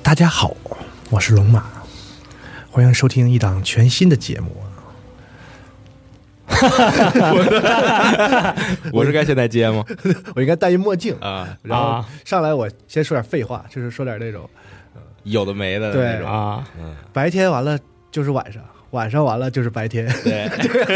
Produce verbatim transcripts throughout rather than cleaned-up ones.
大家好，我是龙马，欢迎收听一档全新的节目。 我是该现在接吗？ 我应该戴一墨镜啊， 然后上来我先说点废话，就是说点那种、 呃、有的没的那种啊。 嗯， 白天完了就是晚上，晚上完了就是白天， 对，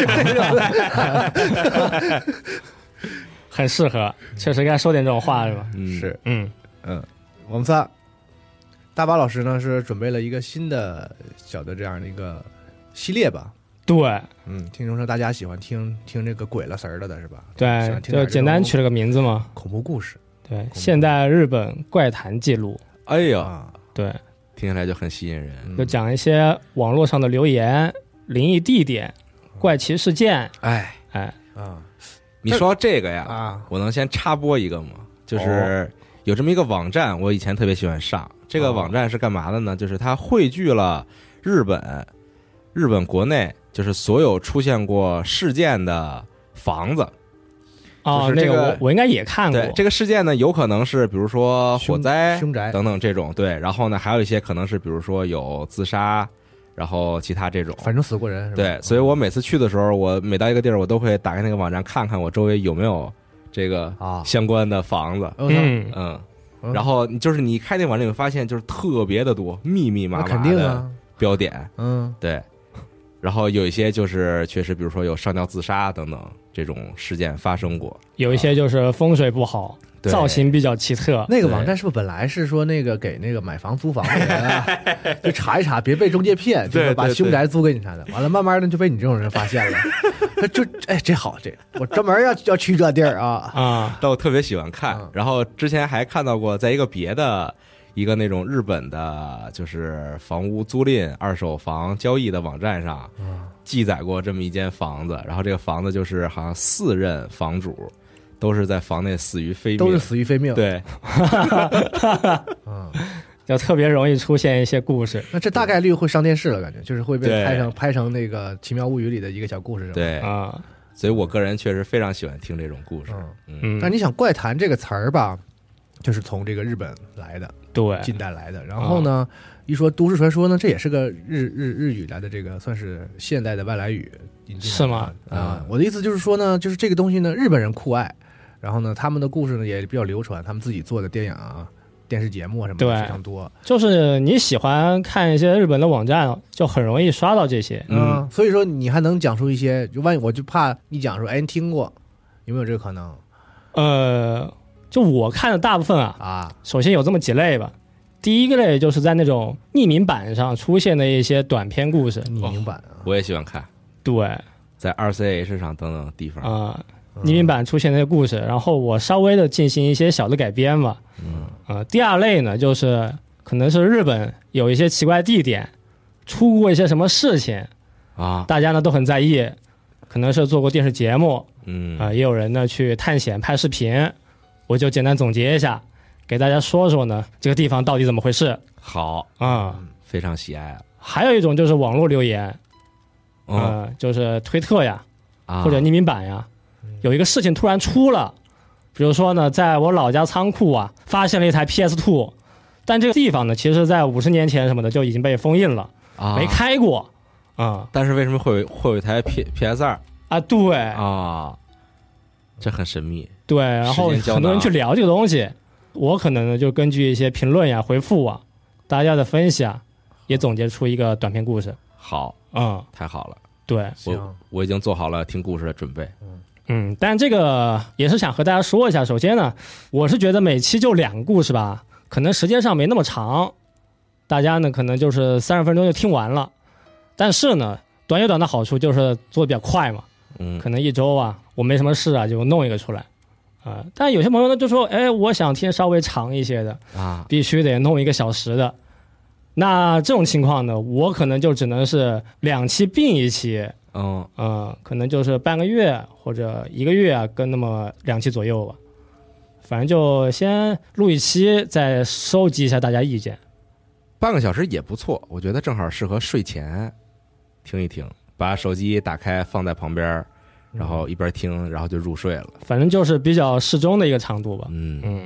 很适合，确实该说点这种话是吧？ 嗯， 是， 嗯嗯，我们仨，大巴老师呢是准备了一个新的小的这样的一个系列吧。 对， 嗯，听说说大家喜欢听听这个鬼了神儿的是吧？ 对，就简单取了个名字嘛， 恐怖故事。 对，现代日本怪谈记录。 哎呀、 啊， 对， 听起来就很吸引人。 就讲一些网络上的留言、灵异地点、怪奇事件。 哎哎啊， 你说到这个呀， 啊， 我能先插播一个吗？就是有这么一个网站，我以前特别喜欢上。这个网站是干嘛的呢？就是它汇聚了日本、日本国内。就是所有出现过事件的房子， 哦， 就是这个、 那个我我应该也看过。 对，这个事件呢，有可能是比如说火灾、 凶宅等等这种，对。然后呢，还有一些可能是比如说有自杀，然后其他这种， 反正死过人是吧？ 对，所以我每次去的时候，我每到一个地儿，我都会打开那个网站看看我周围有没有这个相关的房子。 嗯嗯，然后就是你开那网站，你会发现就是特别的多，密密麻麻的标点。 嗯， 对。然后有一些就是确实，比如说有上吊自杀等等这种事件发生过， 有一些就是风水不好， 啊、 造型比较奇特。 那个网站是不是本来是说那个给那个买房租房的人啊，就查一查，别被中介骗，就是把凶宅租给你啥的。完了，慢慢的就被你这种人发现了，就哎这好，这我专门要要去这地儿啊啊！ 但我特别喜欢看，嗯、然后之前还看到过，在一个别的。一个那种日本的，就是房屋租赁、二手房交易的网站上，记载过这么一间房子。然后这个房子就是好像四任房主都是在房内死于非命， 都是死于非命。 对， 嗯， 就特别容易出现一些故事。 那这大概率会上电视了，感觉就是会被拍成拍成那个《奇妙物语》里的一个小故事。 对啊， 所以我个人确实非常喜欢听这种故事。 嗯，嗯但你想怪谈这个词儿吧？就是从这个日本来的， 对， 近代来的。然后呢，啊、一说都市传说呢，这也是个日日日语来的，这个算是现代的外来语， 是吗？ 啊、嗯，我的意思就是说呢，就是这个东西呢，日本人酷爱，然后呢，他们的故事呢也比较流传，他们自己做的电影啊、电视节目什么的非常多。 就是你喜欢看一些日本的网站，就很容易刷到这些。 嗯，嗯所以说你还能讲出一些，就万一我就怕你讲说，哎，你听过，有没有这个可能？ 呃。就我看的大部分啊啊， 首先有这么几类吧。第一个类就是在那种匿名版上出现的一些短篇故事。 匿名版、啊哦，我也喜欢看。 对， 在 R C H 上等等地方啊、呃，匿名版出现那些故事，然后我稍微的进行一些小的改编吧。 嗯， 呃，第二类呢，就是可能是日本有一些奇怪地点出过一些什么事情啊， 大家呢都很在意，可能是做过电视节目， 嗯啊、呃，也有人呢去探险拍视频。我就简单总结一下，给大家说说呢，这个地方到底怎么回事。 好啊、 嗯，非常喜爱啊。 还有一种就是网络留言， 哦、 呃，就是推特呀， 啊、 或者匿名版呀，有一个事情突然出了，比如说呢，在我老家仓库啊，发现了一台 P S 二， 但这个地方呢，其实在五十年前什么的就已经被封印了， 啊、 没开过啊、嗯。 但是为什么会有会有一台 P P S 二啊？对啊，这很神秘。 对，然后很多人去聊这个东西，我可能呢就根据一些评论呀、回复啊、大家的分析啊，也总结出一个短篇故事。 好， 嗯， 太好了， 对， 我我已经做好了听故事的准备。 嗯，但这个也是想和大家说一下。首先呢，我是觉得每期就两个故事吧，可能时间上没那么长，大家呢可能就是三十分钟就听完了。但是呢，短有短的好处就是做的比较快嘛， 嗯， 可能一周啊，我没什么事啊，就弄一个出来。啊、呃，但有些朋友呢就说，哎，我想听稍微长一些的啊， 必须得弄一个小时的。那这种情况呢，我可能就只能是两期并一期， 嗯嗯、呃，可能就是半个月或者一个月啊，跟那么两期左右吧。反正就先录一期，再收集一下大家意见。 半个小时也不错，我觉得正好适合睡前听一听，把手机打开放在旁边。然后一边听，然后就入睡了。 反正就是比较适中的一个长度吧。 嗯嗯，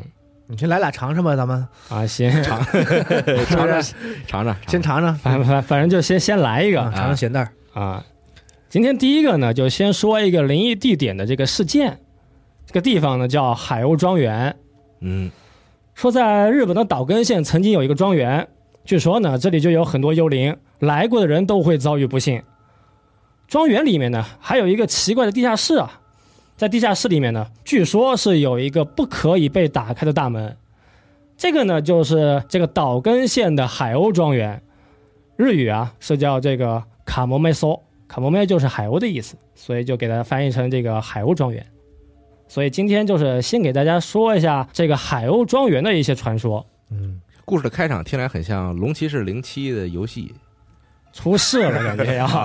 你先来俩尝尝吧，咱们啊，行， 尝尝尝尝尝， 先尝尝， 反反反正就先先来一个， 啊尝尝咸蛋啊。今天第一个呢，就先说一个灵异地点的这个事件。这个地方呢叫海鸥庄园。 嗯， 说在日本的岛根县曾经有一个庄园，据说呢这里就有很多幽灵，来过的人都会遭遇不幸。庄园里面呢还有一个奇怪的地下室啊。在地下室里面呢，据说是有一个不可以被打开的大门，这个呢就是这个岛根县的海鸥庄园，日语啊是叫这个卡摩梅索，卡摩梅就是海鸥的意思，所以就给大家翻译成这个海鸥庄园。所以今天就是先给大家说一下这个海鸥庄园的一些传说。 嗯， 故事的开场听来很像龙骑士零七的游戏， 出事了感觉呀。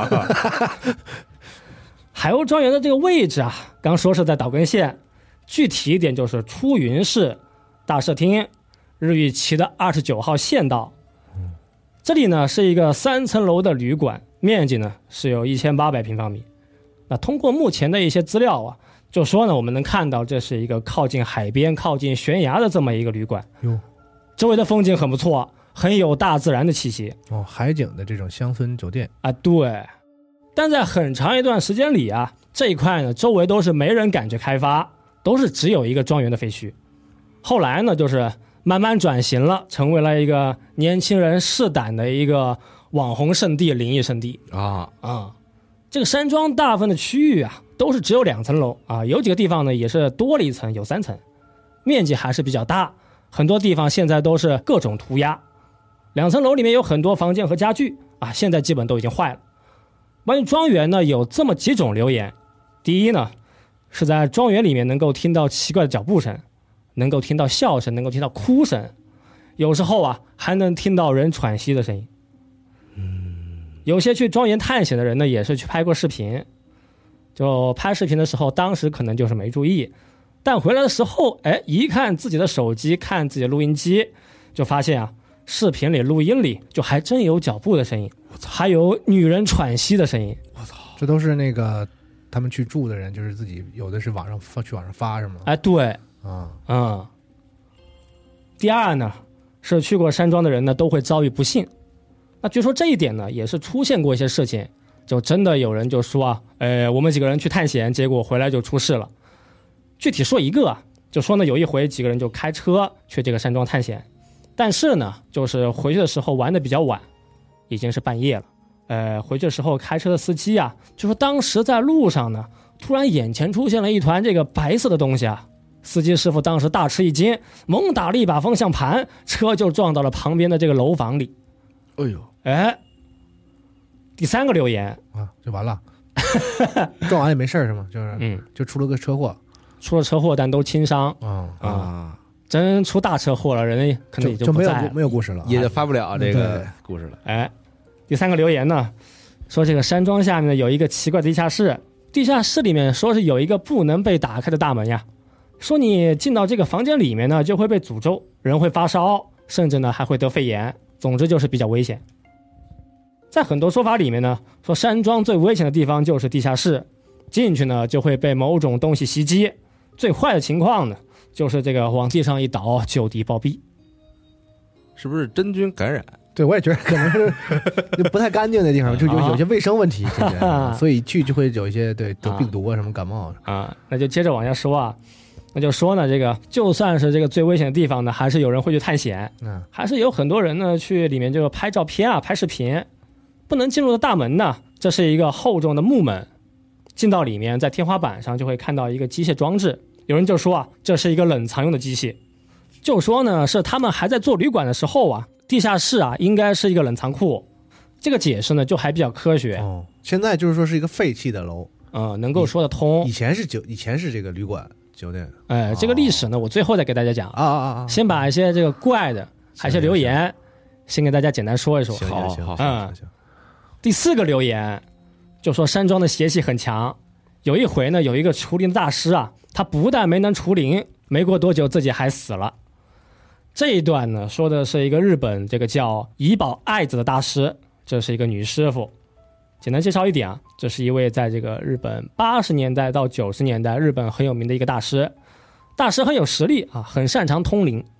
海鸥庄园的这个位置啊，刚说是在岛根县，具体一点就是出云市大社町日语骑的二十九号县道。这里呢是一个三层楼的旅馆，面积呢是有一千八百平方米。那通过目前的一些资料啊，就说呢我们能看到这是一个靠近海边、靠近悬崖的这么一个旅馆。 哟， 周围的风景很不错，很有大自然的气息。 哦，海景的这种乡村酒店啊，对。但在很长一段时间里啊，这一块呢周围都是没人敢去开发，都是只有一个庄园的废墟。后来呢就是慢慢转型了，成为了一个年轻人试胆的一个网红圣地、灵异圣地啊啊。这个山庄大部分的区域啊都是只有两层楼啊，有几个地方呢也是多了一层，有三层，面积还是比较大，很多地方现在都是各种涂鸦。两层楼里面有很多房间和家具啊，现在基本都已经坏了。关于庄园呢，有这么几种留言。第一呢，是在庄园里面能够听到奇怪的脚步声，能够听到笑声，能够听到哭声，有时候啊还能听到人喘息的声音。嗯，有些去庄园探险的人呢，也是去拍过视频，就拍视频的时候，当时可能就是没注意，但回来的时候，哎，一看自己的手机，看自己的录音机，就发现啊，视频里、录音里就还真有脚步的声音，还有女人喘息的声音。 我操， 这都是那个他们去住的人，就是自己有的是网上发去网上发是吗？ 哎，对， 啊， 嗯。第二呢，是去过山庄的人呢都会遭遇不幸。那据说这一点呢，也是出现过一些事情，就真的有人就说啊，呃，我们几个人去探险，结果回来就出事了。具体说一个啊，就说呢，有一回几个人就开车去这个山庄探险。但是呢，就是回去的时候玩的比较晚，已经是半夜了。呃，回去的时候开车的司机啊，就说当时在路上呢，突然眼前出现了一团这个白色的东西啊。司机师傅当时大吃一惊，猛打了一把方向盘，车就撞到了旁边的这个楼房里。 哎呦， 哎，第三个留言啊，就完了，撞完也没事是吗？就是， 嗯， 就出了个车祸， 出了车祸，但都轻伤啊啊。真出大车祸了，人家可能也就不在没有没有故事了， 也就发不了这个故事了。 哎，第三个留言呢，说这个山庄下面呢有一个奇怪的地下室，地下室里面说是有一个不能被打开的大门呀，说你进到这个房间里面呢就会被诅咒，人会发烧，甚至呢还会得肺炎，总之就是比较危险。在很多说法里面呢，说山庄最危险的地方就是地下室，进去呢就会被某种东西袭击，最坏的情况呢就是这个往地上一倒就地暴毙。 是不是真菌感染？ 对，我也觉得可能是不太干净的地方，就有有些卫生问题，所以去就会有一些对得病毒啊什么感冒啊。那就接着往下说啊，那就说呢，这个就算是这个最危险的地方呢，还是有人会去探险， 嗯， 还是有很多人呢去里面就拍照片啊、拍视频。不能进入的大门呢，这是一个厚重的木门，进到里面，在天花板上就会看到一个机械装置。有人就说啊，这是一个冷藏用的机器，就说呢是他们还在做旅馆的时候啊，地下室啊应该是一个冷藏库。这个解释呢就还比较科学。 哦，现在就是说是一个废弃的楼， 嗯、呃，能够说得通。 以前是酒，以前是这个旅馆酒店。 哎，这个历史呢，我最后再给大家讲啊啊啊！ 先把一些这个怪的，还有一些留言，先给大家简单说一说。 好，好， 嗯。第四个留言就说山庄的邪气很强，有一回呢，有一个除灵的大师啊，他不但没能除灵，没过多久自己还死了。这一段呢，说的是一个日本这个叫怡保爱子的大师，这是一个女师傅。简单介绍一点啊，这是一位在这个日本八十年代到九十年代日本很有名的一个大师。大师很有实力啊，很擅长通灵，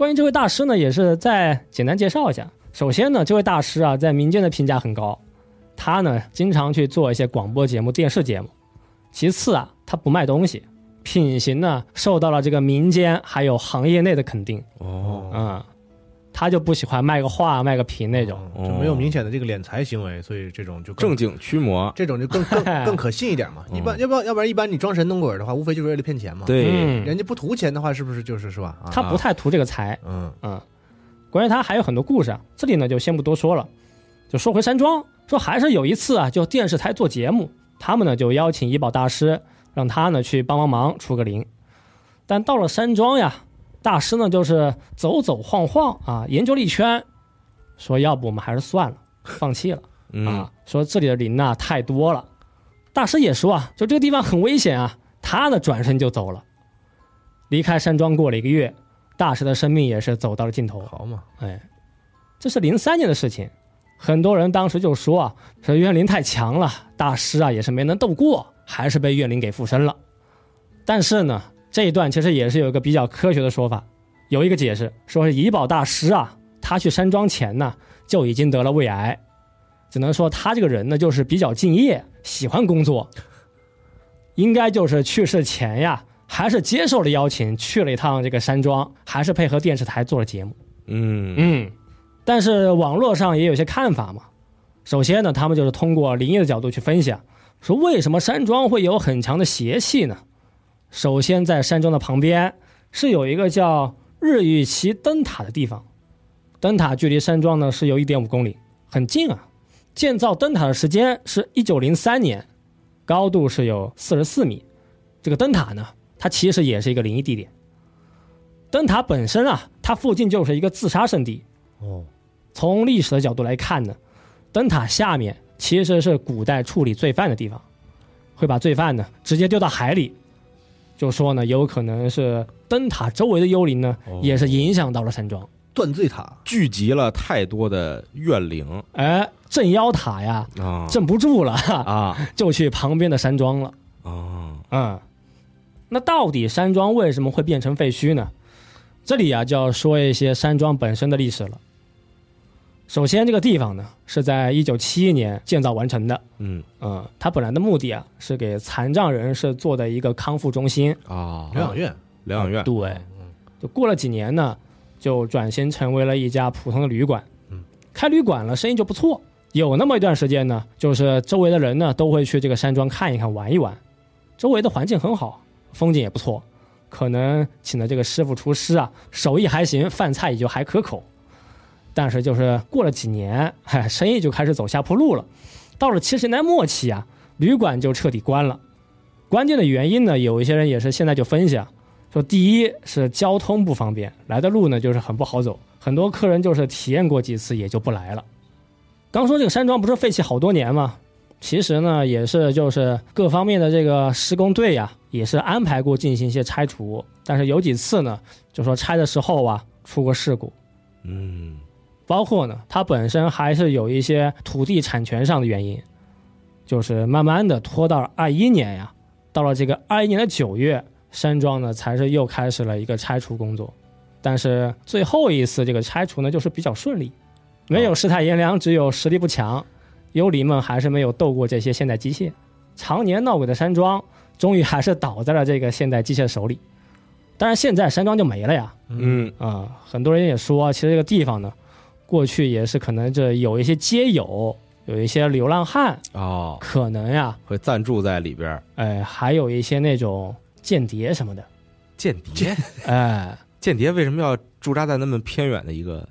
关于这位大师呢，也是再简单介绍一下。首先呢，这位大师啊，在民间的评价很高，他呢经常去做一些广播节目、电视节目。其次啊，他不卖东西，品行呢受到了这个民间还有行业内的肯定。 哦， 嗯，他就不喜欢卖个画、卖个屏那种， 哦、就没有明显的这个敛财行为，所以这种就更正经驱魔， 这种就更更更可信一点嘛。一般要不要要不然一般你装神弄鬼的话，无非就是为了骗钱嘛。 对， 嗯、 人家不图钱的话，是不是就是是吧？啊、 他不太图这个财。 嗯嗯，关于他还有很多故事啊，这里呢就先不多说了。就说回山庄，说还是有一次啊，就电视台做节目，他们呢就邀请医保大师，让他呢去帮帮忙出个灵。但到了山庄呀，大师呢就是走走晃晃啊，研究了一圈，说要不我们还是算了，放弃了、 嗯、 啊，说这里的灵啊太多了。大师也说啊，就这个地方很危险啊，他呢转身就走了。离开山庄过了一个月，大师的生命也是走到了尽头。 好嘛， 哎，这是零三年的事情。很多人当时就说啊，说怨灵太强了，大师啊也是没能斗过，还是被怨灵给附身了。但是呢，这一段其实也是有一个比较科学的说法，有一个解释说是怡宝大师啊，他去山庄前呢就已经得了胃癌，只能说他这个人呢就是比较敬业，喜欢工作，应该就是去世前呀，还是接受了邀请去了一趟这个山庄，还是配合电视台做了节目。 嗯嗯。但是网络上也有些看法嘛。首先呢，他们就是通过灵异的角度去分析，说为什么山庄会有很强的邪气呢？首先，在山庄的旁边是有一个叫日玉旗灯塔的地方，灯塔距离山庄呢是有 一点五公里，很近啊。建造灯塔的时间是一九零三年，高度是有四十四米。这个灯塔呢，它其实也是一个灵异地点。灯塔本身啊，它附近就是一个自杀圣地。 哦， 从历史的角度来看呢，灯塔下面其实是古代处理罪犯的地方，会把罪犯呢直接丢到海里。就说呢，有可能是灯塔周围的幽灵呢， 哦、 也是影响到了山庄。 断罪塔聚集了太多的怨灵， 哎，镇妖塔呀， 啊， 镇不住了啊， 就去旁边的山庄了。 啊， 嗯，那到底山庄为什么会变成废墟呢？这里啊就要说一些山庄本身的历史了。首先，这个地方呢是在一九七一年建造完成的。 嗯嗯，它本来的目的啊是给残障人士做的一个康复中心啊， 疗养院， 疗养院。 对，就过了几年呢，就转型成为了一家普通的旅馆。 嗯， 开旅馆了，生意就不错。有那么一段时间呢，就是周围的人呢都会去这个山庄看一看、玩一玩。周围的环境很好，风景也不错。可能请的这个师傅厨师啊，手艺还行，饭菜也就还可口。但是就是过了几年，哎，生意就开始走下坡路了。到了七十年代末期啊，旅馆就彻底关了。关键的原因呢，有一些人也是现在就分析啊，说第一是交通不方便，来的路呢就是很不好走，很多客人就是体验过几次也就不来了。刚说这个山庄不是废弃好多年吗？其实呢也是就是各方面的这个施工队呀、啊，也是安排过进行一些拆除，但是有几次呢就说拆的时候啊出过事故。 嗯， 包括呢它本身还是有一些土地产权上的原因，就是慢慢的拖到二一年呀，到了这个二一年的九月，山庄呢才是又开始了一个拆除工作。但是最后一次这个拆除呢就是比较顺利，没有世态炎凉，只有实力不强，幽灵们还是没有斗过这些现代机械，常年闹鬼的山庄终于还是倒在了这个现代机械手里。当然现在山庄就没了呀。 嗯啊、呃，很多人也说其实这个地方呢过去也是可能这有一些街友，有一些流浪汉哦， 可能呀会暂住在里边。 哎，还有一些那种间谍什么的。 间谍？ 哎， 间谍为什么要驻扎在那么偏远的一个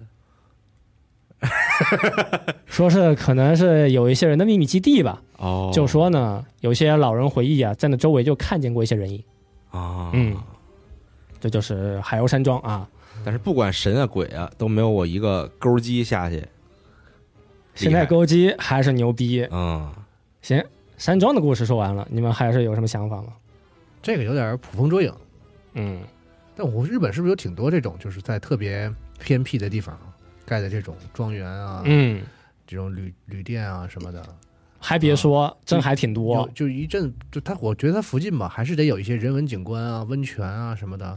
说是可能是有一些人的秘密基地吧。 哦， 就说呢有些老人回忆啊，在那周围就看见过一些人影啊。 嗯，这就是海鸥山庄啊。 但是不管神啊鬼啊都没有我一个钩机下去。 现在钩机还是牛逼。 嗯， 行，山庄的故事说完了，你们还是有什么想法吗？ 这个有点捕风捉影。 嗯， 但我日本是不是有挺多这种就是在特别偏僻的地方盖的这种庄园啊， 嗯， 这种旅旅店啊什么的？ 还别说，啊、真还挺多。 就一阵，就它，我觉得它附近吧，还是得有一些人文景观啊、温泉啊什么的。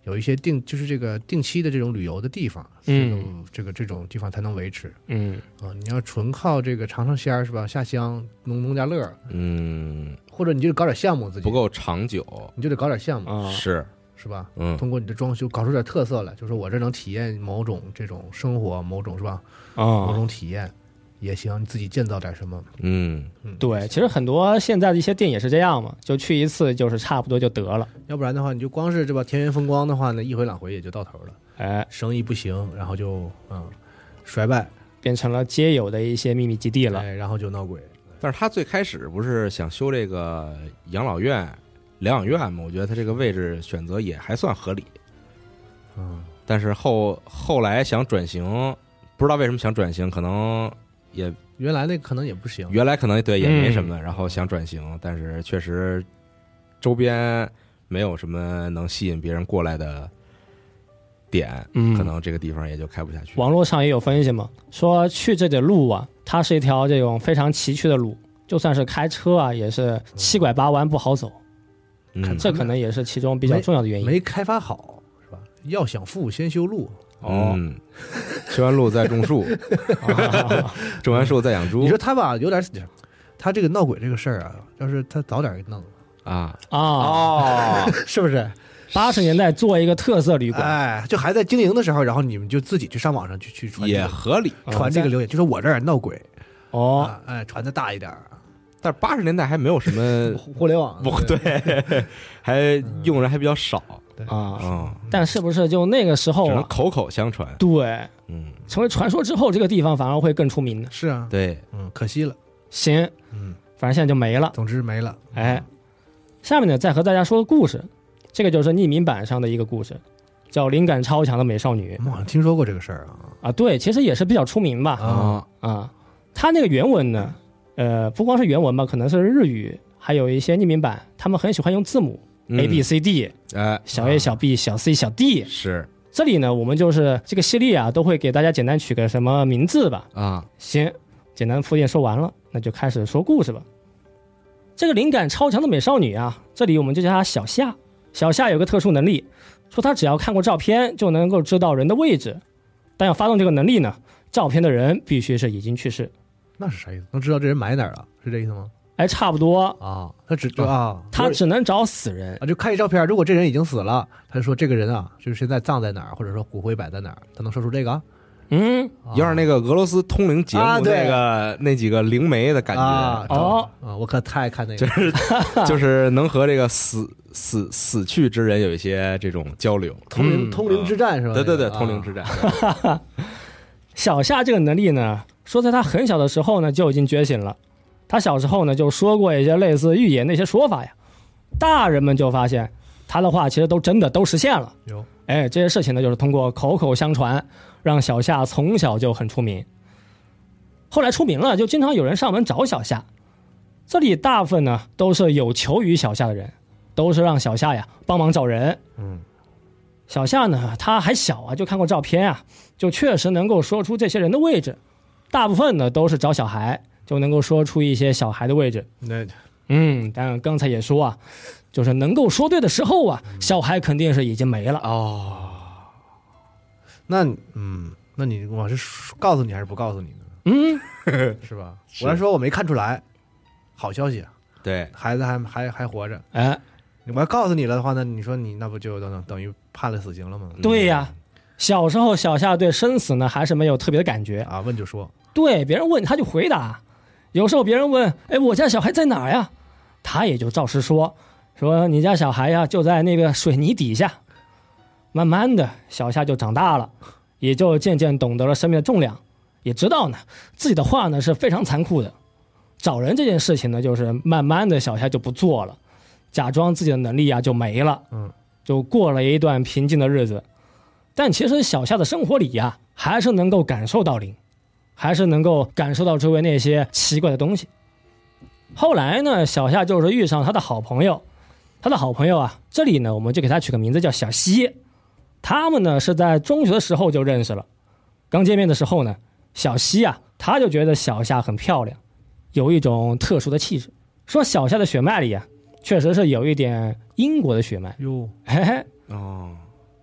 有一些定就是这个定期的这种旅游的地方， 嗯， 这个这种地方才能维持。 嗯啊，你要纯靠这个尝尝鲜儿是吧？下乡农农家乐， 嗯， 或者你就得搞点项目自己， 不够长久， 你就得搞点项目， 啊， 是是吧？ 嗯， 通过你的装修搞出点特色来，就是我这能体验某种这种生活，某种是吧？ 啊， 某种体验也行，你自己建造点什么。 嗯， 对，其实很多现在的一些店也是这样嘛，就去一次就是差不多就得了。 要不然的话，你就光是这吧田园风光的话呢，一回两回也就到头了。 哎， 生意不行，然后就嗯衰败， 变成了街友的一些秘密基地了。 哎，然后就闹鬼。 但是他最开始不是想修这个养老院、疗养院嘛？我觉得他这个位置选择也还算合理。 嗯， 但是后后来想转型，不知道为什么想转型，可能也原来那可能也不行。 原来可能对也没什么， 嗯然后想转型，但是确实周边没有什么能吸引别人过来的点， 嗯可能这个地方也就开不下去。 网络上也有分析嘛，说去这里的路啊，它是一条这种非常崎岖的路，就算是开车啊，也是七拐八弯不好走。 嗯， 这可能也是其中比较重要的原因。 没开发好是吧？要想富，先修路。 哦嗯，修完路再种树，种完树再养猪。 你说他吧，有点，他这个闹鬼这个事儿啊，要是他早点给弄了， 啊啊， 哦， 是不是？ 八十年代做一个特色旅馆， 哎，就还在经营的时候，然后你们就自己去上网上去去传这也个合理。 传这个留言，就说我这儿闹鬼哦， 啊，哎，传的大一点儿， 但是八十年代还没有什么互互联网不对，还用人还比较少啊， 啊， 但是不是就那个时候啊， 只能口口相传。 对， 嗯， 成为传说之后，这个地方反而会更出名的。 是啊， 对， 嗯，可惜了， 行， 嗯， 反正现在就没了。 总之没了， 哎，下面呢，再和大家说个故事，这个就是匿名版上的一个故事，叫《灵感超强的美少女我》们好像听说过这个事儿啊， 啊。对，其实也是比较出名吧。 啊， 啊，它那个原文呢，呃，不光是原文吧，可能是日语，还有一些匿名版，他们很喜欢用字母、 嗯 A B C D， 哎， 小 A 小 B 小 C 小 D。 是这里呢，我们就是这个系列啊，都会给大家简单取个什么名字吧。 啊， 行，简单铺垫说完了，那就开始说故事吧。这个灵感超强的美少女啊，这里我们就叫她小夏。小夏有个特殊能力，说她只要看过照片就能够知道人的位置，但要发动这个能力呢，照片的人必须是已经去世。 那是啥意思？能知道这人埋哪儿了？是这意思吗？ 哎，差不多， 啊，他只就啊， 他只能找死人。 啊，就看一照片，如果这人已经死了，他就说这个人啊，就是现在葬在哪儿，或者说骨灰摆在哪儿，他能说出这个啊？ 嗯， 有点那个俄罗斯通灵节目啊对那个那几个灵媒的感啊觉， 哦啊，我可太爱看那个， 就是就是能和这个死死死去之人有一些这种交流。 通灵嗯通灵之战是吧？ 对对对， 那个通灵之战。 小夏这个能力呢，说在他很小的时候呢就已经觉醒了。他小时候呢就说过一些类似预言的一些说法呀，大人们就发现他的话其实都真的都实现了。 有哎，这些事情呢就是通过口口相传，让小夏从小就很出名。后来出名了，就经常有人上门找小夏。这里大部分呢都是有求于小夏的人，都是让小夏呀帮忙找人。 嗯， 小夏呢他还小啊，就看过照片啊，就确实能够说出这些人的位置。大部分呢都是找小孩，就能够说出一些小孩的位置。 那嗯，但刚才也说啊，就是能够说对的时候啊，小孩肯定是已经没了。 哦，那嗯，那你我是告诉你还是不告诉你呢？ 嗯， 是吧？ 是我来说我没看出来，好消息啊， 对， 孩子还还还活着。 哎， 我要告诉你了的话，那你说你那不就等等于判了死刑了吗？ 对呀，小时候小夏对生死呢还是没有特别的感觉。 啊，问就说， 对，别人问他就回答。有时候别人问，哎，我家小孩在哪儿呀？他也就照实说，说你家小孩呀就在那个水泥底下。慢慢的，小夏就长大了，也就渐渐懂得了生命的重量，也知道呢自己的话呢是非常残酷的。找人这件事情呢，就是慢慢的小夏就不做了，假装自己的能力啊就没了， 嗯， 就过了一段平静的日子。但其实小夏的生活里呀，还是能够感受到灵，还是能够感受到周围那些奇怪的东西。后来呢，小夏就是遇上他的好朋友，他的好朋友啊，这里呢我们就给他取个名字叫小西。他们呢是在中学的时候就认识了。刚见面的时候呢，小西啊他就觉得小夏很漂亮，有一种特殊的气质，说小夏的血脉里啊确实是有一点英国的血脉。 哟， 嘿嘿， 哦，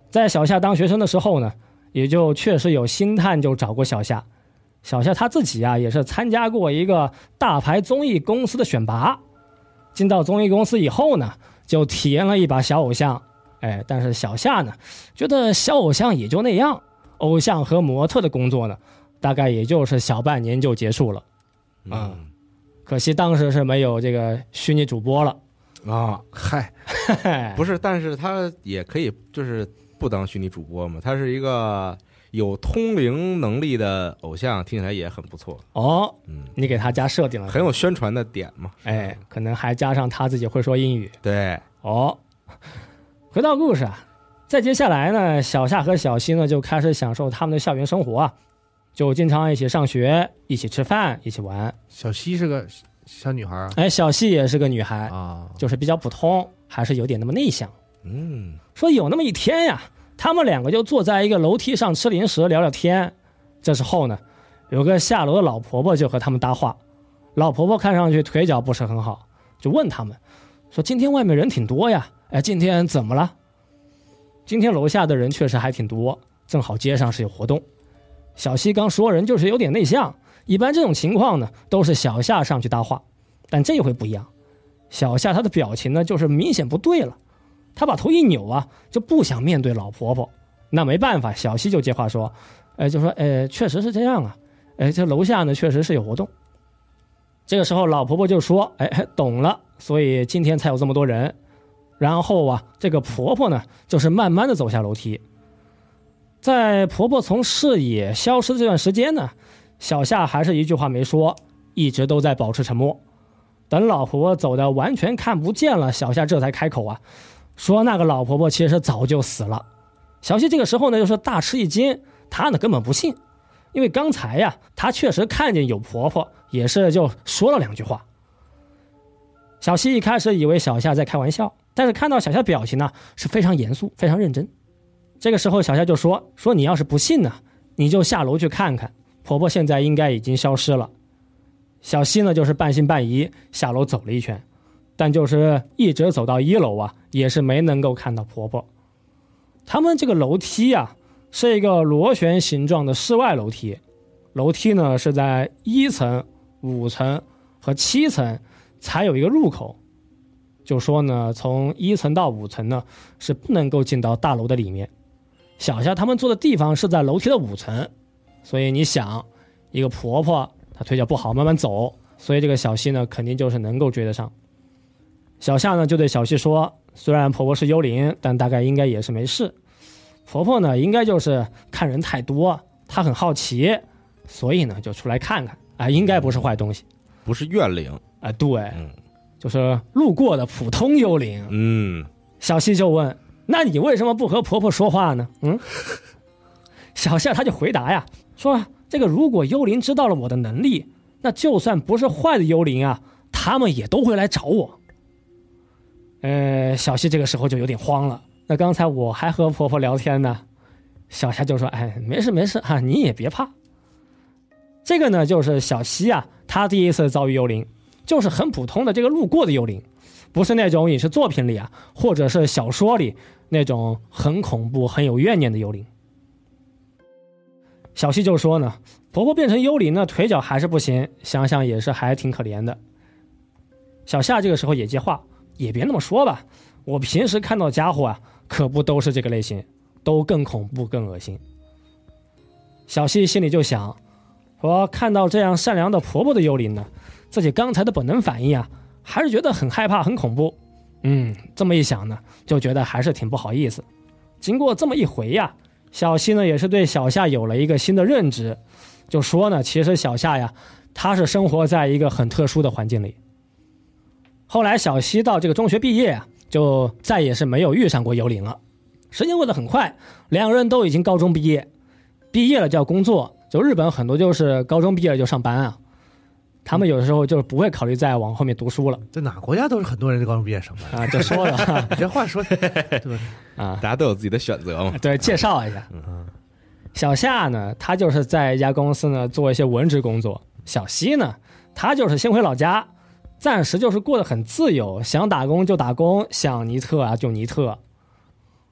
在小夏当学生的时候呢，也就确实有星探就找过小夏。小夏他自己啊，也是参加过一个大牌综艺公司的选拔，进到综艺公司以后呢，就体验了一把小偶像。哎，但是小夏呢，觉得小偶像也就那样，偶像和模特的工作呢，大概也就是小半年就结束了。啊、嗯，可惜当时是没有这个虚拟主播了啊。 嗨， 不是，但是他也可以就是不当虚拟主播嘛，他是一个有通灵能力的偶像，听起来也很不错哦。嗯，你给他加设定了， 很有宣传的点嘛。 哎，可能还加上他自己会说英语。 对， 哦。回到故事啊，再接下来呢，小夏和小西呢就开始享受他们的校园生活啊，就经常一起上学，一起吃饭，一起玩。 小西是个小女孩啊？ 哎，小西也是个女孩啊， 就是比较普通，还是有点那么内向。 嗯， 说有那么一天呀，他们两个就坐在一个楼梯上吃零食聊聊天。这时候呢，有个下楼的老婆婆就和他们搭话。老婆婆看上去腿脚不是很好，就问他们说：“今天外面人挺多呀，哎，今天怎么了？”今天楼下的人确实还挺多，正好街上是有活动。小西刚说人就是有点内向，一般这种情况呢，都是小夏上去搭话，但这一回不一样。小夏她的表情呢，就是明显不对了，她把头一扭啊，就不想面对老婆婆。那没办法，小西就接话说：“哎，就说，哎，确实是这样啊，哎，这楼下呢确实是有活动。”这个时候老婆婆就说：“哎，懂了，所以今天才有这么多人。”然后啊，这个婆婆呢，就是慢慢的走下楼梯。在婆婆从视野消失的这段时间呢，小夏还是一句话没说，一直都在保持沉默。等老婆婆走的完全看不见了，小夏这才开口啊，说那个老婆婆其实早就死了。小西这个时候呢，就是大吃一惊，她呢根本不信，因为刚才呀，她确实看见有婆婆，也是就说了两句话。小西一开始以为小夏在开玩笑，但是看到小夏表情呢是非常严肃非常认真。这个时候小夏就说说你要是不信呢，你就下楼去看看，婆婆现在应该已经消失了。小西呢就是半信半疑下楼走了一圈，但就是一直走到一楼啊，也是没能够看到婆婆。他们这个楼梯啊是一个螺旋形状的室外楼梯，楼梯呢是在一层、五层和七层才有一个入口，就说呢从一层到五层呢是不能够进到大楼的里面。小夏他们坐的地方是在楼梯的五层，所以你想一个婆婆她腿脚不好慢慢走，所以这个小西呢肯定就是能够追得上。小夏呢就对小西说，虽然婆婆是幽灵，但大概应该也是没事。婆婆呢应该就是看人太多，她很好奇，所以呢就出来看看啊，应该不是坏东西， 不是怨灵啊，对、 嗯， 就是路过的普通幽灵。 嗯， 小西就问，那你为什么不和婆婆说话呢？嗯，小夏他就回答呀，说这个如果幽灵知道了我的能力，那就算不是坏的幽灵啊，他们也都会来找我。呃，小西这个时候就有点慌了，那刚才我还和婆婆聊天呢。小夏就说，哎，没事没事啊，你也别怕。这个呢就是小西啊，他第一次遭遇幽灵，就是很普通的这个路过的幽灵，不是那种影视作品里啊或者是小说里那种很恐怖很有怨念的幽灵。小西就说呢，婆婆变成幽灵呢腿脚还是不行，想想也是还挺可怜的。小夏这个时候也接话，也别那么说吧，我平时看到家伙啊可不都是这个类型，都更恐怖更恶心。小西心里就想说，看到这样善良的婆婆的幽灵呢，自己刚才的本能反应啊还是觉得很害怕很恐怖。嗯，这么一想呢，就觉得还是挺不好意思。经过这么一回呀，小西呢也是对小夏有了一个新的认知，就说呢，其实小夏呀，她是生活在一个很特殊的环境里。后来小西到这个中学毕业啊，就再也是没有遇上过幽灵了。时间过得很快，两个人都已经高中毕业，毕业了就要工作，就日本很多就是高中毕业了就上班啊。他们有的时候就不会考虑再往后面读书了。 在哪国家都是很多人在高中毕业上班啊，就说了， 你这话说的对啊，大家都有自己的选择嘛。 对，介绍一下。 嗯， 小夏呢，他就是在一家公司呢做一些文职工作。小西呢，他就是先回老家，暂时就是过得很自由，想打工就打工，想尼特啊就尼特。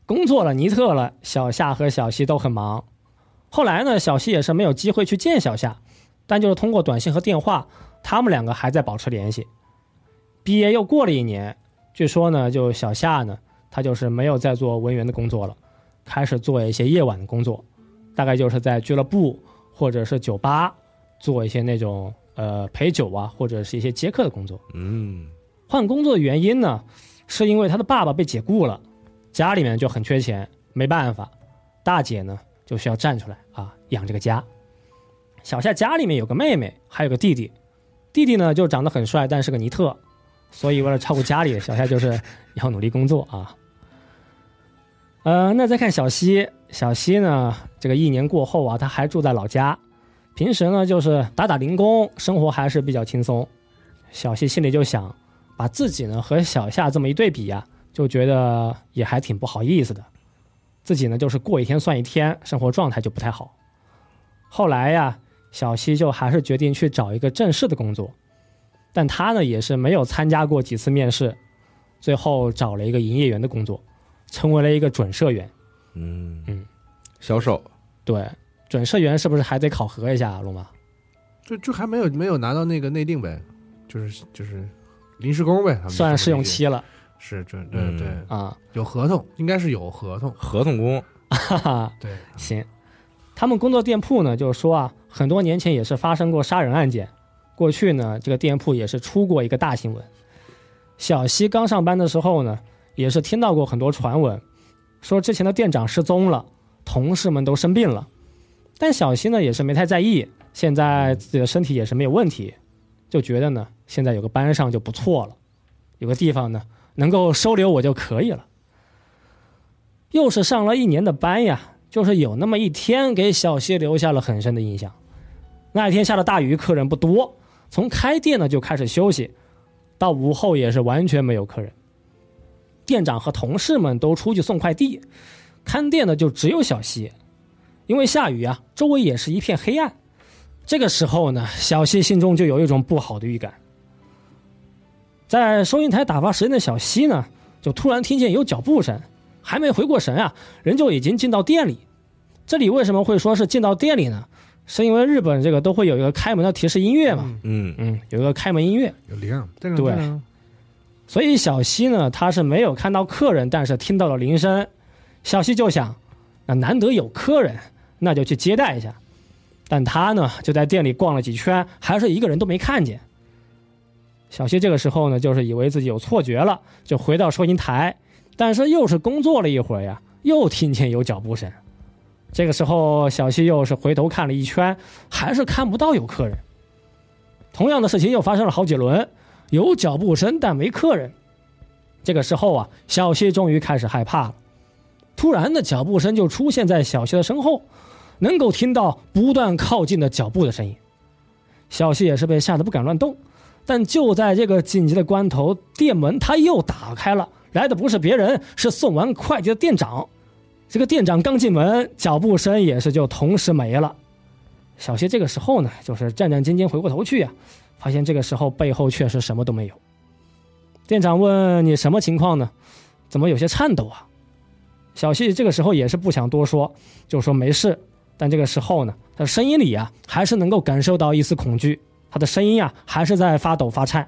工作了，尼特了，小夏和小西都很忙。后来呢，小西也是没有机会去见小夏，但就是通过短信和电话，他们两个还在保持联系。毕业又过了一年，据说呢，就小夏呢，他就是没有再做文员的工作了，开始做一些夜晚的工作，大概就是在俱乐部或者是酒吧做一些那种呃陪酒啊，或者是一些接客的工作。 嗯， 换工作的原因呢，是因为他的爸爸被解雇了，家里面就很缺钱，没办法，大姐呢就需要站出来啊，养这个家。小夏家里面有个妹妹，还有个弟弟，弟弟呢就长得很帅，但是个尼特，所以为了照顾家里，小夏就是要努力工作啊。呃，那再看小西，小西呢，这个一年过后啊，他还住在老家，平时呢就是打打零工，生活还是比较轻松。小西心里就想，把自己呢和小夏这么一对比呀、啊，就觉得也还挺不好意思的。自己呢就是过一天算一天，生活状态就不太好。后来呀，小西就还是决定去找一个正式的工作，但他呢也是没有参加过几次面试，最后找了一个营业员的工作，成为了一个准社员。 嗯嗯， 销售。 对，准社员是不是还得考核一下，龙马？ 就就还没有没有拿到那个内定呗，就是就是临时工呗，他们算试用期了。 是这对对啊， 有合同，应该是有合同， 合同工。 哈哈， 对， 行。他们工作店铺呢，就是说啊，很多年前也是发生过杀人案件。过去呢，这个店铺也是出过一个大新闻。小西刚上班的时候呢，也是听到过很多传闻，说之前的店长失踪了，同事们都生病了。但小西呢也是没太在意，现在自己的身体也是没有问题，就觉得呢现在有个班上就不错了，有个地方呢能够收留我就可以了。又是上了一年的班呀，就是有那么一天给小西留下了很深的印象。那一天下了大雨，客人不多，从开店呢就开始休息，到午后也是完全没有客人。店长和同事们都出去送快递，看店的就只有小西。因为下雨啊，周围也是一片黑暗。这个时候呢，小西心中就有一种不好的预感。在收银台打发时间的小西呢，就突然听见有脚步声，还没回过神啊，人就已经进到店里。这里为什么会说是进到店里呢？是因为日本这个都会有一个开门的提示音乐嘛， 嗯嗯，有一个开门音乐， 有铃，对对。所以小西呢，他是没有看到客人，但是听到了铃声。小西就想，那难得有客人，那就去接待一下。但他呢，就在店里逛了几圈，还是一个人都没看见。小西这个时候呢，就是以为自己有错觉了，就回到收银台，但是又是工作了一会儿呀，又听见有脚步声。这个时候，小西又是回头看了一圈，还是看不到有客人。同样的事情又发生了好几轮，有脚步声但没客人。这个时候啊，小西终于开始害怕了。突然的脚步声就出现在小西的身后，能够听到不断靠近的脚步的声音。小西也是被吓得不敢乱动，但就在这个紧急的关头，店门他又打开了，来的不是别人，是送完快递的店长。这个店长刚进门，脚步声也是就同时没了。小西这个时候呢，就是战战兢兢回过头去啊，发现这个时候背后确实什么都没有。店长问你什么情况呢？怎么有些颤抖啊？小西这个时候也是不想多说，就说没事。但这个时候呢，他的声音里啊，还是能够感受到一丝恐惧，他的声音啊，还是在发抖发颤。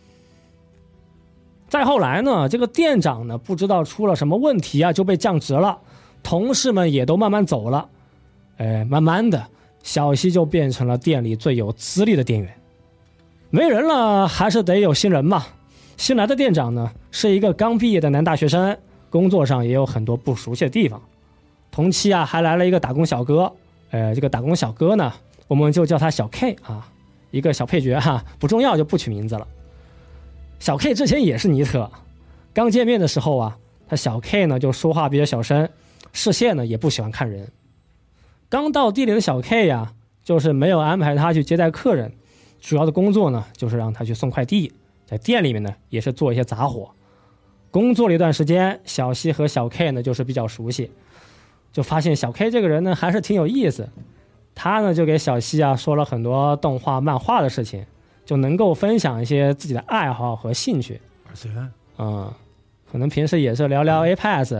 再后来呢，这个店长呢，不知道出了什么问题啊，就被降职了，同事们也都慢慢走了。哎，慢慢的，小西就变成了店里最有资历的店员。没人了，还是得有新人嘛。新来的店长呢，是一个刚毕业的男大学生，工作上也有很多不熟悉的地方。同期啊，还来了一个打工小哥。呃，这个打工小哥呢，我们就叫他小 K 啊，一个小配角哈、啊，不重要就不取名字了。小 K 之前也是尼特，刚见面的时候啊，他小 K 呢就说话比较小声，视线呢也不喜欢看人。刚到地里的小 K 呀，就是没有安排他去接待客人，主要的工作呢就是让他去送快递，在店里面呢也是做一些杂活。工作了一段时间，小西和小 K 呢就是比较熟悉，就发现小 K 这个人呢还是挺有意思。他呢就给小西啊说了很多动画漫画的事情，就能够分享一些自己的爱好和兴趣。 二次元， 嗯，可能平时也是聊聊 Apex，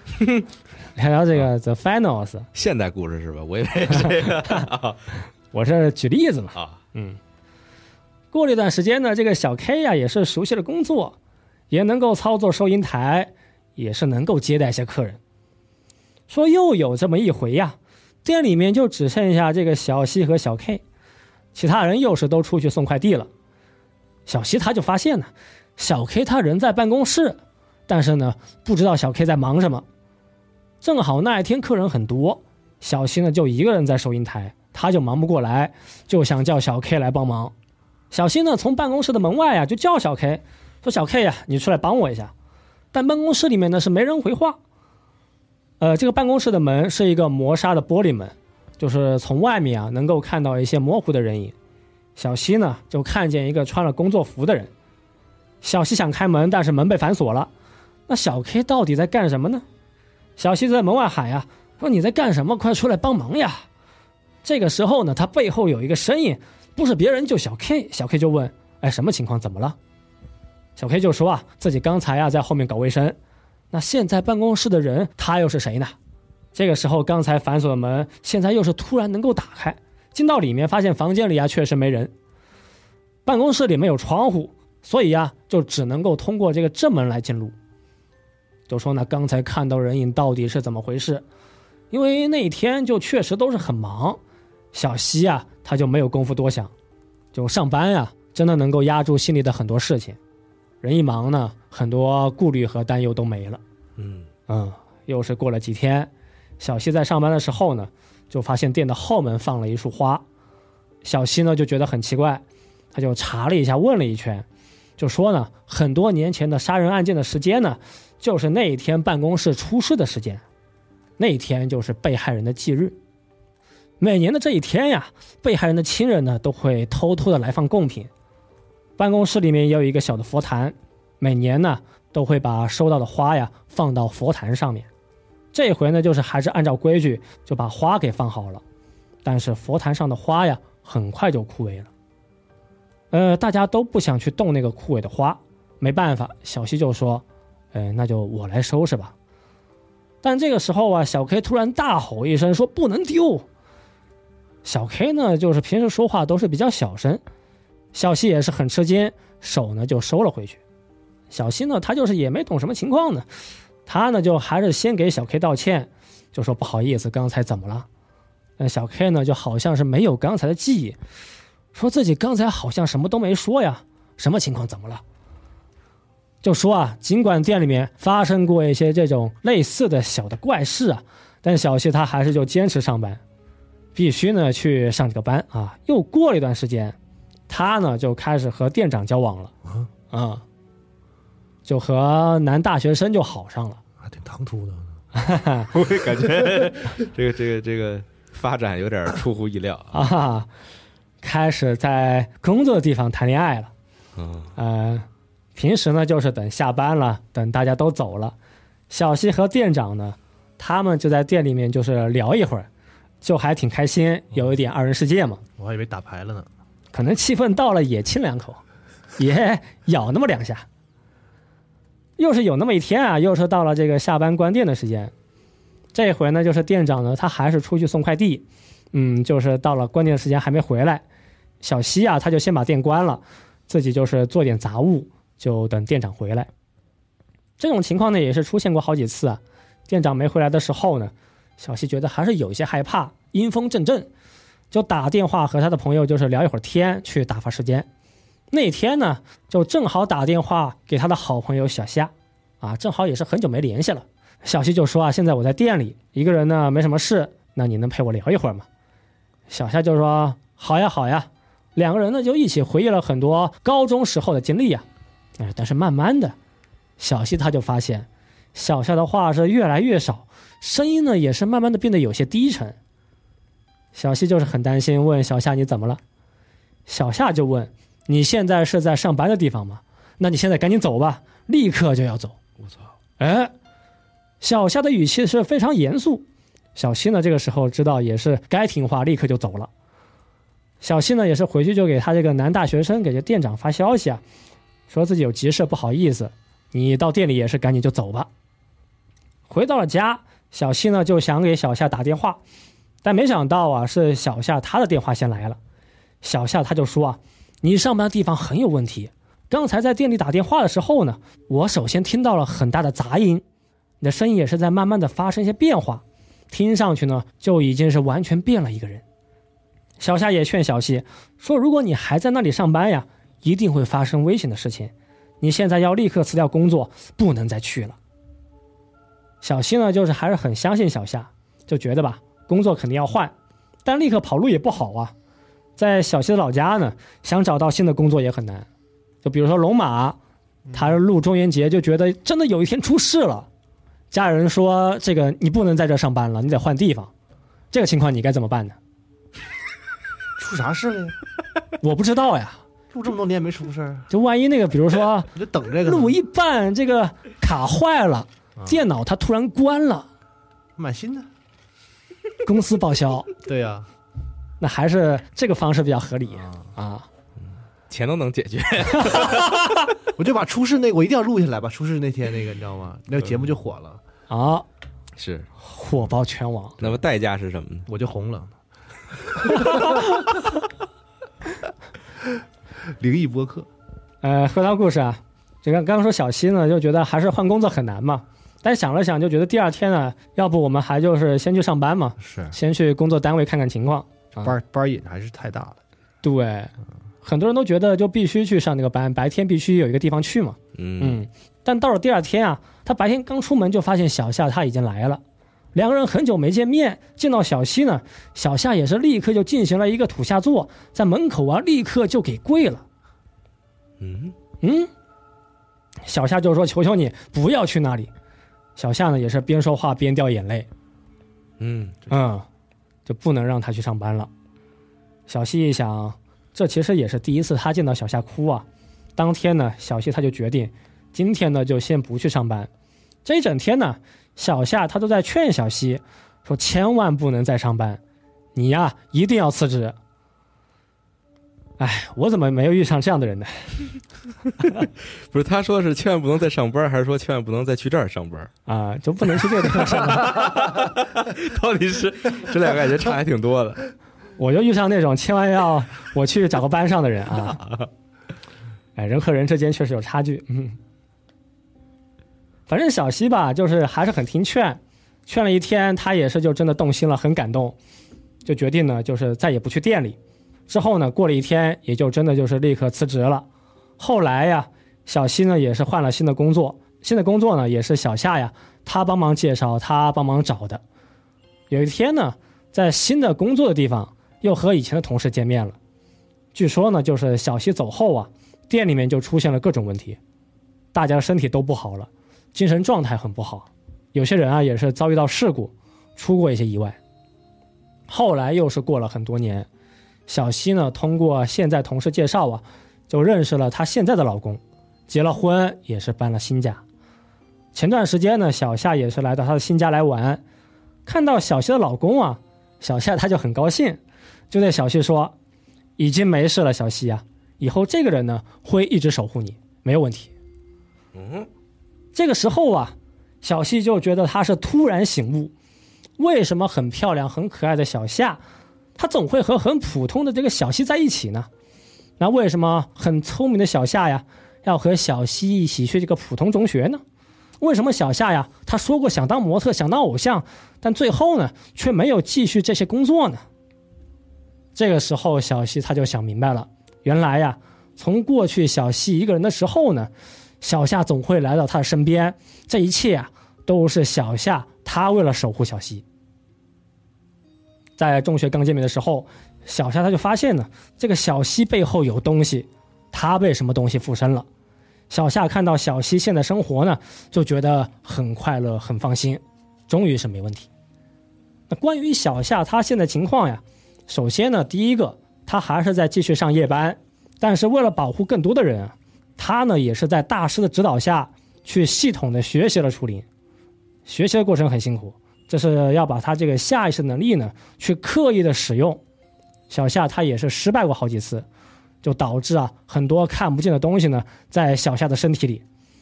聊聊这个 The Finals 现代故事是吧？我以为这个、啊、 我是举例子嘛。 啊， 嗯。过了一段时间呢，这个小 K 呀、啊、也是熟悉了工作，也能够操作收银台，也是能够接待一些客人。说又有这么一回呀，店里面就只剩下这个小西和小 K， 其他人又是都出去送快递了。小西他就发现呢，小 K 他人在办公室，但是呢不知道小 K 在忙什么。正好那一天客人很多，小西呢就一个人在收银台，他就忙不过来，就想叫小 K 来帮忙。小西呢从办公室的门外啊就叫小 K， 说小 K 呀、啊，你出来帮我一下。但办公室里面呢是没人回话。呃，这个办公室的门是一个磨砂的玻璃门，就是从外面啊能够看到一些模糊的人影。小西呢就看见一个穿了工作服的人。小西想开门，但是门被反锁了。那小 K 到底在干什么呢？小西在门外喊呀，说你在干什么？快出来帮忙呀！这个时候呢，他背后有一个声音，不是别人就小 K。小 K 就问，哎，什么情况？怎么了？小 K 就说啊，自己刚才啊在后面搞卫生。那现在办公室的人他又是谁呢？这个时候刚才反锁的门现在又是突然能够打开，进到里面发现房间里啊确实没人。办公室里面有窗户，所以啊就只能够通过这个正门来进入。就说呢，刚才看到人影到底是怎么回事？因为那一天就确实都是很忙，小西啊他就没有功夫多想，就上班啊真的能够压住心里的很多事情。人一忙呢，很多顾虑和担忧都没了。 嗯嗯，又是过了几天，小西在上班的时候呢，就发现店的后门放了一束花。小西呢就觉得很奇怪，他就查了一下，问了一圈，就说呢，很多年前的杀人案件的时间呢，就是那一天办公室出事的时间，那一天就是被害人的忌日。每年的这一天呀，被害人的亲人呢都会偷偷的来放贡品。办公室里面也有一个小的佛坛，每年呢都会把收到的花呀放到佛坛上面。这回呢就是还是按照规矩就把花给放好了，但是佛坛上的花呀很快就枯萎了。呃，大家都不想去动那个枯萎的花，没办法，小西就说，呃，那就我来收拾吧。但这个时候啊，小 K 突然大吼一声说不能丢。小 K 呢就是平时说话都是比较小声，小西也是很吃惊，手呢就收了回去。小西呢他就是也没懂什么情况呢，他呢就还是先给小 K 道歉，就说不好意思，刚才怎么了？但小 K 呢就好像是没有刚才的记忆，说自己刚才好像什么都没说呀，什么情况？怎么了？就说啊，尽管店里面发生过一些这种类似的小的怪事啊，但小西他还是就坚持上班，必须呢去上这个班啊。又过了一段时间，他呢就开始和店长交往了啊、嗯，就和男大学生就好上了， 还挺唐突的。 我也感觉这个这个这个发展有点出乎意料啊，开始在工作的地方谈恋爱了。 嗯呃，平时呢就是等下班了，等大家都走了，小西和店长呢，他们就在店里面就是聊一会儿，就还挺开心，有一点二人世界嘛。 我还以为打牌了呢。 可能气氛到了也亲两口，也咬那么两下。又是有那么一天啊，又是到了这个下班关店的时间。这回呢，就是店长呢，他还是出去送快递，嗯，就是到了关店时间还没回来。小西啊，他就先把店关了，自己就是做点杂物，就等店长回来。这种情况呢，也是出现过好几次啊。店长没回来的时候呢，小西觉得还是有一些害怕，阴风阵阵。就打电话和他的朋友就是聊一会儿天，去打发时间。那天呢就正好打电话给他的好朋友小夏啊，正好也是很久没联系了。小西就说啊，现在我在店里一个人呢，没什么事，那你能陪我聊一会儿吗？小夏就说好呀好呀。两个人呢就一起回忆了很多高中时候的经历呀、啊、但是慢慢的小西他就发现小夏的话是越来越少，声音呢也是慢慢的变得有些低沉。小西就是很担心，问小夏你怎么了？小夏就问你现在是在上班的地方吗？那你现在赶紧走吧，立刻就要走。 我操！ 哎，小夏的语气是非常严肃。小西呢这个时候知道也是该听话，立刻就走了。小西呢也是回去就给他这个男大学生给这店长发消息啊，说自己有急事不好意思，你到店里也是赶紧就走吧。 回到了家，小西呢就想给小夏打电话，但没想到啊，是小夏他的电话先来了。小夏他就说啊，你上班的地方很有问题，刚才在店里打电话的时候呢，我首先听到了很大的杂音，你的声音也是在慢慢的发生一些变化，听上去呢就已经是完全变了一个人。小夏也劝小西说，如果你还在那里上班呀，一定会发生危险的事情，你现在要立刻辞掉工作，不能再去了。小西呢就是还是很相信小夏，就觉得吧，工作肯定要换，但立刻跑路也不好啊。在小西的老家呢，想找到新的工作也很难。就比如说龙马，他录中元节就觉得真的有一天出事了，家人说这个你不能在这上班了，你得换地方。这个情况你该怎么办呢？ 出啥事了呀？ 我不知道呀， 录这么多年没出事， 就万一那个比如说你就等这个录一半这个卡坏了，啊、电脑它突然关了， 买新的， 公司报销。 对呀、啊， 那还是这个方式比较合理啊。啊钱都能解决。 我就把出事那个我一定要录下来，把出事那天那个你知道吗？那个节目就火了啊， 是火爆全网。 那么代价是什么呢？ 我就红了。灵异播客。 呃，回到故事啊，这个刚刚说小西呢，就觉得还是换工作很难嘛。但想了想，就觉得第二天呢，要不我们还就是先去上班嘛， 是先去工作单位看看情况。 啊、班班瘾还是太大了。 对。嗯，很多人都觉得就必须去上那个班，白天必须有一个地方去嘛。 嗯嗯，但到了第二天啊，他白天刚出门就发现小夏他已经来了，两个人很久没见面，见到小西呢，小夏也是立刻就进行了一个土下座，在门口啊立刻就给跪了。 嗯嗯，小夏就说：“求求你不要去那里。”小夏呢也是边说话边掉眼泪。 嗯嗯，就不能让他去上班了。小西一想，这其实也是第一次他见到小夏哭啊。当天呢，小西他就决定，今天呢就先不去上班。这一整天呢，小夏他都在劝小西，说千万不能再上班，你呀一定要辞职。哎，我怎么没有遇上这样的人呢？ 不是，他说是千万不能再上班，还是说千万不能再去这儿上班啊？就不能去这个地方上班？ 到底是这两个感觉差还挺多的。 我就遇上那种千万要我去找个班上的人啊。哎，人和人之间确实有差距。嗯，反正小西吧，就是还是很听劝，劝了一天，他也是就真的动心了，很感动，就决定呢，就是再也不去店里。之后呢，过了一天，也就真的就是立刻辞职了。后来呀，小西呢也是换了新的工作，新的工作呢也是小夏呀他帮忙介绍，他帮忙找的。有一天呢，在新的工作的地方，又和以前的同事见面了。据说呢，就是小西走后啊，店里面就出现了各种问题，大家身体都不好了，精神状态很不好，有些人啊也是遭遇到事故，出过一些意外。后来又是过了很多年。小西呢，通过现在同事介绍啊，就认识了她现在的老公，结了婚，也是搬了新家。前段时间呢，小夏也是来到她的新家来玩，看到小西的老公啊，小夏她就很高兴，就对小西说：“已经没事了，小西啊，以后这个人呢会一直守护你，没有问题。” 嗯， 这个时候啊，小西就觉得她是突然醒悟，为什么很漂亮、很可爱的小夏？他总会和很普通的这个小西在一起呢？那为什么很聪明的小夏呀，要和小西一起去这个普通中学呢？为什么小夏呀，他说过想当模特，想当偶像，但最后呢，却没有继续这些工作呢？这个时候，小西他就想明白了，原来呀，从过去小西一个人的时候呢，小夏总会来到他的身边，这一切啊，都是小夏他为了守护小西。在中学刚见面的时候，小夏他就发现呢，这个小西背后有东西，他被什么东西附身了。小夏看到小西现在生活呢，就觉得很快乐，很放心，终于是没问题。那关于小夏他现在情况呀，首先呢，第一个，他还是在继续上夜班，但是为了保护更多的人啊，他呢也是在大师的指导下去系统的学习了初灵。学习的过程很辛苦，这是要把他这个下意识能力呢去刻意的使用。小夏他也是失败过好几次，就导致啊很多看不见的东西呢在小夏的身体里。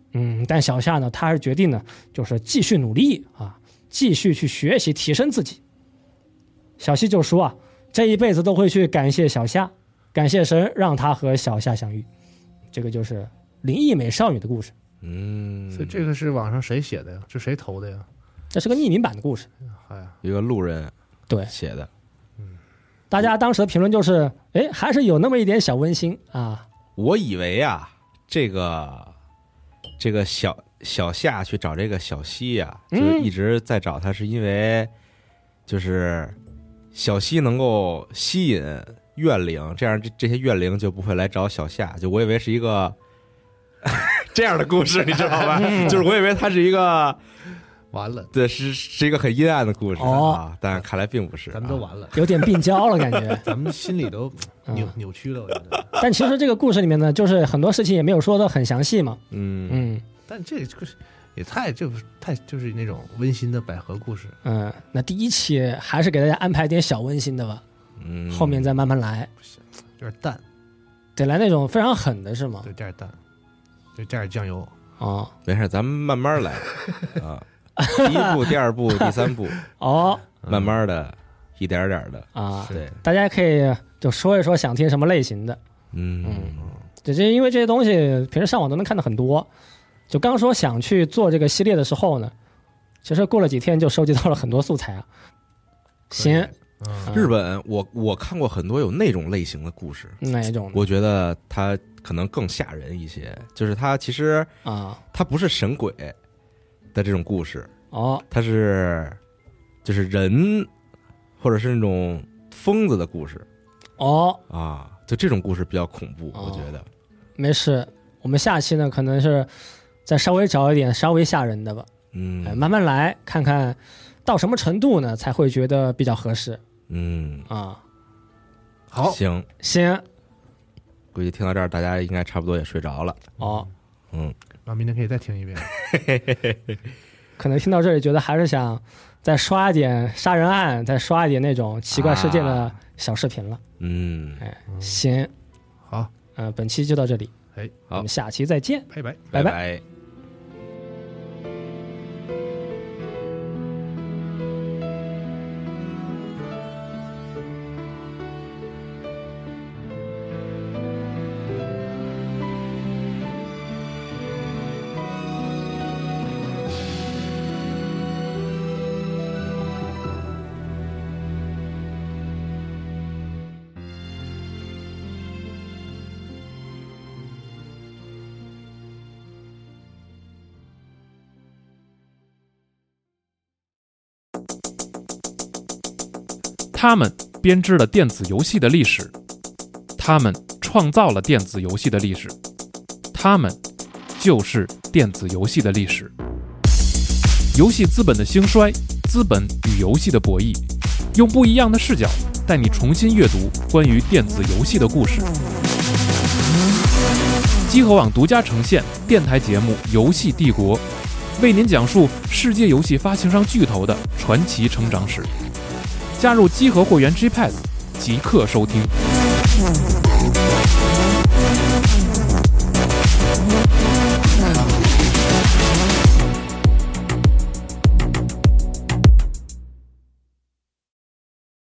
嗯，但小夏呢，他还是决定呢，就是继续努力啊，继续去学习提升自己。小希就说啊，这一辈子都会去感谢小夏，感谢神让他和小夏相遇。这个就是灵异美少女的故事。 嗯， 所以这个是网上谁写的呀？是谁投的呀？ 这是个匿名版的故事。 哎呀， 一个路人对写的。 大家当时的评论就是，哎，还是有那么一点小温馨啊。 我以为啊，这个这个小小夏去找这个小西呀、啊，就一直在找他，是因为就是小西能够吸引怨灵，这样这这些怨灵就不会来找小夏。就我以为是一个这样的故事，你知道吧？就是我以为它是一个。 完了， 对，是是一个很阴暗的故事、哦、啊，但看来并不是， 咱们都完了， 有点病娇了感觉， 咱们心里都扭、嗯、扭曲了，我觉得。 但其实这个故事里面呢，就是很多事情也没有说的很详细嘛， 嗯嗯， 但这个也太就太就是那种温馨的百合故事， 嗯，那第一期还是给大家安排点小温馨的吧， 嗯， 后面再慢慢来， 不行，有点淡， 得来那种非常狠的是吗？ 对，加点淡，就加点酱油哦， 没事，咱们慢慢来啊。第一步、第二步、第三步， 哦， 慢慢的，一点点的啊。 对， 大家可以就说一说想听什么类型的。 嗯嗯， 这这因为这些东西平时上网都能看到很多。就刚说想去做这个系列的时候呢，其实过了几天就收集到了很多素材啊。行， 嗯、日本我我看过很多有那种类型的故事， 哪一种？ 我觉得它可能更吓人一些，就是它其实啊， 它不是神鬼的这种故事哦， 它是就是人或者是那种疯子的故事哦啊，就这种故事比较恐怖， 哦、 我觉得。 没事，我们下期呢可能是再稍微找一点稍微吓人的吧， 嗯， 哎、慢慢来看看到什么程度呢才会觉得比较合适。 嗯啊， 好， 行行， 估计听到这儿大家应该差不多也睡着了。 哦， 嗯。 那明天可以再听一遍。 可能听到这里觉得还是想再刷一点杀人案，再刷一点那种奇怪事件的小视频了。啊、 嗯， 哎，行， 好， 嗯、呃，本期就到这里， 哎， 我们下期再见， 拜拜， 拜拜拜。 他们编织了电子游戏的历史，他们创造了电子游戏的历史，他们就是电子游戏的历史。游戏资本的兴衰，资本与游戏的博弈，用不一样的视角带你重新阅读关于电子游戏的故事。集合网独家呈现电台节目《游戏帝国》，为您讲述世界游戏发行商巨头的传奇成长史。加入集合会员 G Pass， 即刻收听。